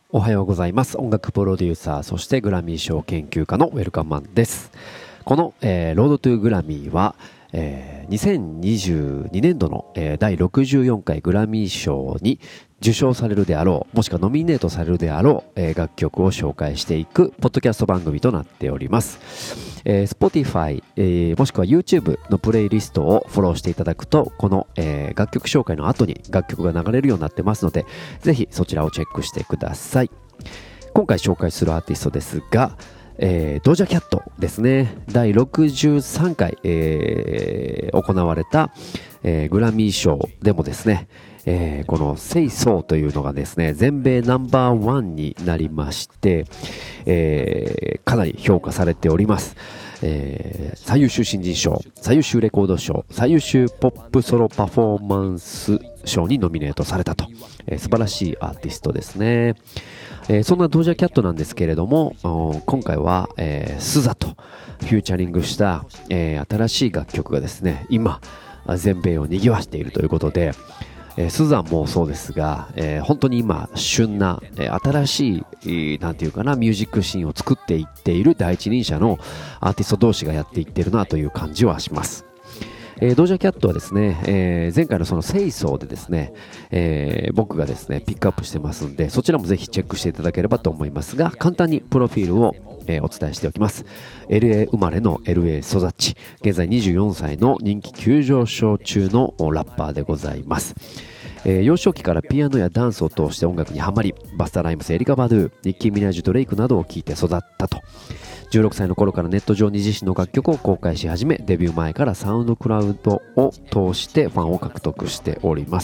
おはようございます。音楽プロデューサー、そしてグラミー賞研究家のウェルカムマンです。この、ロードトゥーグラミーは、2022年度の、第64回グラミー賞に受賞されるであろう、もしくはノミネートされるであろう、楽曲を紹介していくポッドキャスト番組となっております。Spotify、もしくは YouTube のプレイリストをフォローしていただくと、この、楽曲紹介の後に楽曲が流れるようになってますので、ぜひそちらをチェックしてください。今回紹介するアーティストですが、ドージャキャットですね。第63回、行われた、グラミー賞でもですね、このセイソーというのがですね、全米ナンバーワンになりまして、かなり評価されております。最優秀新人賞、最優秀レコード賞、最優秀ポップソロパフォーマンス賞にノミネートされたと、素晴らしいアーティストですね。そんなドージャキャットなんですけれども、今回は、スザとフューチャリングした、新しい楽曲がですね、今全米を賑わしているということで、スザンもそうですが、本当に今旬な、新しい、なんていうかな、ミュージックシーンを作っていっている第一人者のアーティスト同士がやっていってるなという感じはします。ドージャキャットはですね、前回のそのセイソーでですね、僕がですねピックアップしてますんで、そちらもぜひチェックしていただければと思いますが、簡単にプロフィールを、お伝えしておきます。 LA 生まれの LA 育ち、現在24歳の人気急上昇中のラッパーでございます。幼少期からピアノやダンスを通して音楽にハマり、バスタライムス、エリカ・バドゥ、ニッキー・ミナージュ、ドレイクなどを聴いて育ったと。16歳の頃からネット上に自身の楽曲を公開し始め、デビュー前からサウンドクラウドを通してファンを獲得しております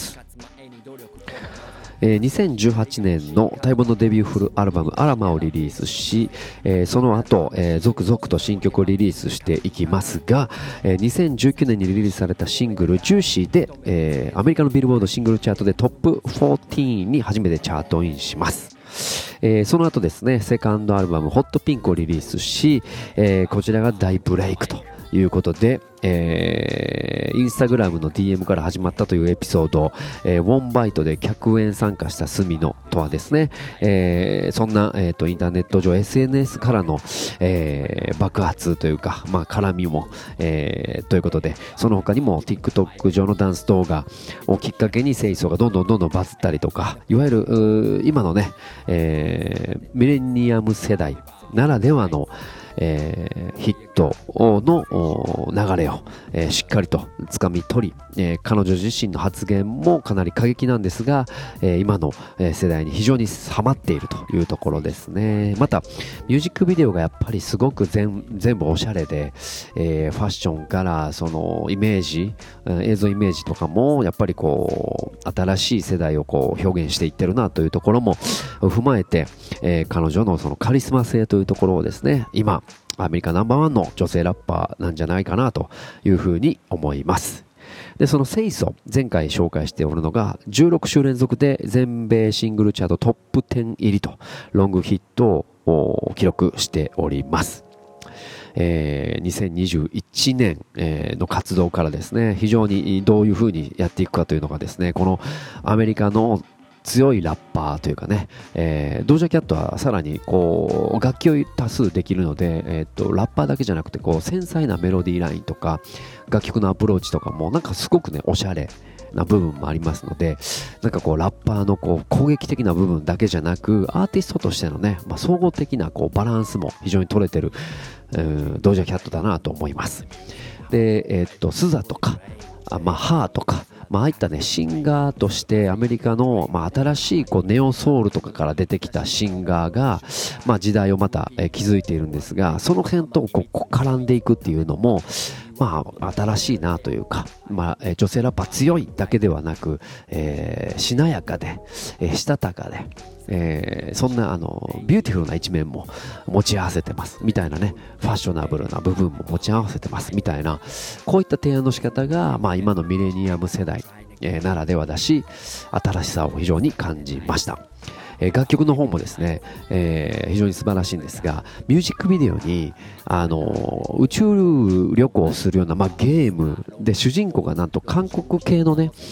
。2018年の待望のデビューフルアルバムアラマをリリースし、その後、続々と新曲をリリースしていきますが、2019年にリリースされたシングルジューシーで、アメリカのビルボードシングルチャートでトップ14に初めてチャートインします。その後ですね、セカンドアルバムホットピンクをリリースし、こちらが大ブレイクということで、インスタグラムの DM から始まったというエピソード、ウォンバイトで客演参加したスミノとはですね、そんな、インターネット上 SNS からの、爆発というか、絡みも、ということで、その他にも TikTok 上のダンス動画をきっかけにセイソーがどんどんバズったりとか、いわゆる今のね、ミレニアム世代ならではのヒットの流れを、しっかりと掴み取り、彼女自身の発言もかなり過激なんですが、今の世代に非常にハマっているというところですね。またミュージックビデオがやっぱりすごく全部おしゃれで、ファッションからそのイメージ、映像イメージとかもやっぱりこう新しい世代をこう表現していってるなというところも踏まえて、彼女のそのカリスマ性というところをですね、今アメリカナンバーワンの女性ラッパーなんじゃないかなというふうに思います。で、そのセイソ、前回紹介しておるのが16週連続で全米シングルチャートトップ10入りとロングヒットを記録しております。2021年の活動からですね、非常にどういうふうにやっていくかというのがですね、このアメリカの強いラッパーというかね、ドージャキャットはさらにこう楽器を多数できるので、ラッパーだけじゃなくてこう繊細なメロディーラインとか楽曲のアプローチとかもなんかすごくねおしゃれな部分もありますので、なんかこうラッパーのこう攻撃的な部分だけじゃなく、アーティストとしてのね、総合的なこうバランスも非常に取れてる、ドージャキャットだなと思います。で、スザとかハーとか、ああいったねシンガーとしてアメリカの、新しいこうネオソウルとかから出てきたシンガーが、時代をまた、築いているんですが、その辺とこう絡んでいくっていうのも新しいなというか、女性ラッパー強いだけではなく、しなやかで、したたかで、そんなビューティフルな一面も持ち合わせてますみたいなね、ファッショナブルな部分も持ち合わせてますみたいな、こういった提案の仕方が、今のミレニアム世代、ならではだし、新しさを非常に感じました。楽曲の方もですね、非常に素晴らしいんですが、ミュージックビデオに宇宙旅行をするような、ゲームで主人公がなんと韓国系のね、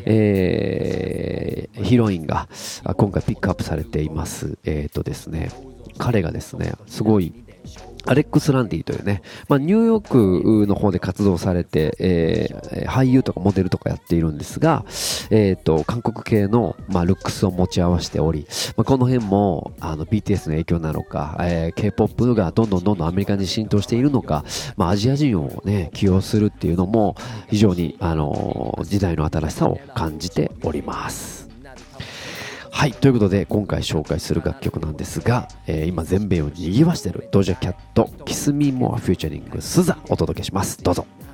ヒロインが今回ピックアップされています。ですね、彼がですね、すごいアレックス・ランディというね、ニューヨークの方で活動されて、俳優とかモデルとかやっているんですが、韓国系の、ルックスを持ち合わせており、この辺もBTS の影響なのか、K-POP がどんどんアメリカに浸透しているのか、アジア人をね、起用するっていうのも非常に、時代の新しさを感じております。はい。ということで、今回紹介する楽曲なんですが、今全米を賑わしているドジャキャット、キスミーモアフューチャリングスザお届けします。どうぞ。